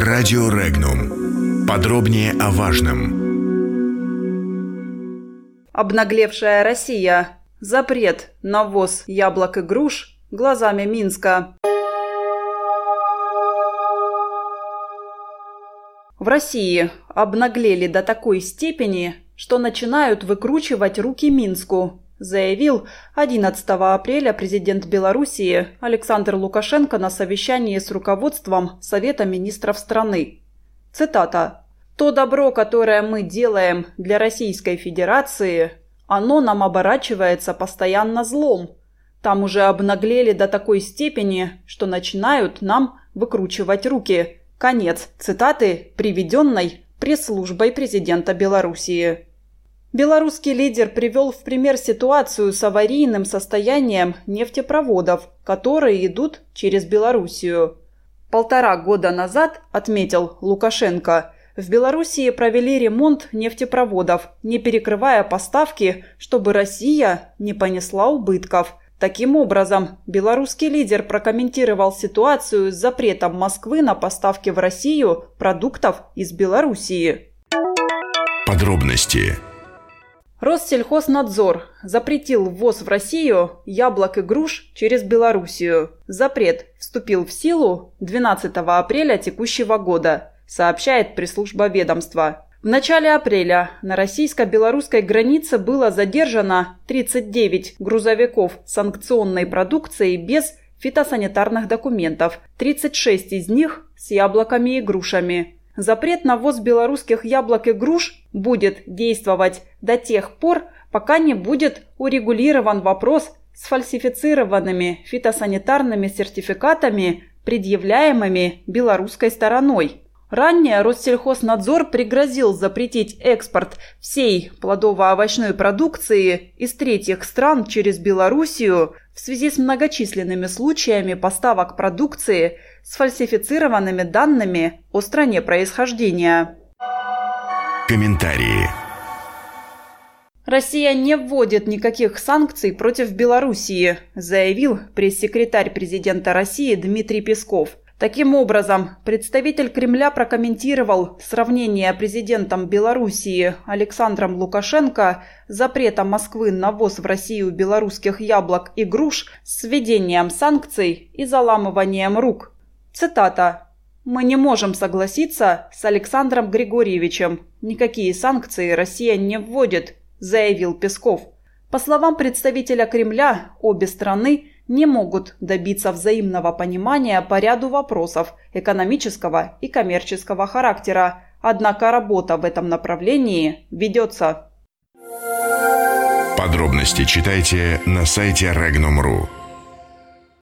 Радио Регнум. Подробнее о важном. Обнаглевшая Россия. Запрет на ввоз яблок и груш глазами Минска. В России обнаглели до такой степени, что начинают выкручивать руки Минску, заявил 11 апреля президент Белоруссии Александр Лукашенко на совещании с руководством Совета министров страны. Цитата. «То добро, которое мы делаем для Российской Федерации, оно нам оборачивается постоянно злом. Там уже обнаглели до такой степени, что начинают нам выкручивать руки». Конец цитаты, приведенной пресс-службой президента Белоруссии. Белорусский лидер привел в пример ситуацию с аварийным состоянием нефтепроводов, которые идут через Белоруссию. 1,5 года назад, отметил Лукашенко, в Белоруссии провели ремонт нефтепроводов, не перекрывая поставки, чтобы Россия не понесла убытков. Таким образом, белорусский лидер прокомментировал ситуацию с запретом Москвы на поставки в Россию продуктов из Белоруссии. Подробности. Россельхознадзор запретил ввоз в Россию яблок и груш через Белоруссию. Запрет вступил в силу 12 апреля текущего года, сообщает пресс-служба ведомства. В начале апреля на российско-белорусской границе было задержано 39 грузовиков санкционной продукции без фитосанитарных документов, 36 из них с яблоками и грушами. Запрет на ввоз белорусских яблок и груш будет действовать до тех пор, пока не будет урегулирован вопрос с фальсифицированными фитосанитарными сертификатами, предъявляемыми белорусской стороной. Ранее Россельхознадзор пригрозил запретить экспорт всей плодово-овощной продукции из третьих стран через Белоруссию в связи с многочисленными случаями поставок продукции с фальсифицированными данными о стране происхождения. Комментарии. Россия не вводит никаких санкций против Белоруссии, заявил пресс-секретарь президента России Дмитрий Песков. Таким образом, представитель Кремля прокомментировал сравнение президентом Белоруссии Александром Лукашенко запрета Москвы на ввоз в Россию белорусских яблок и груш с введением санкций и заламыванием рук. Цитата. «Мы не можем согласиться с Александром Григорьевичем. Никакие санкции Россия не вводит», заявил Песков. По словам представителя Кремля, обе страны не могут добиться взаимного понимания по ряду вопросов экономического и коммерческого характера, однако работа в этом направлении ведется. Подробности читайте на сайте Regnum.ru.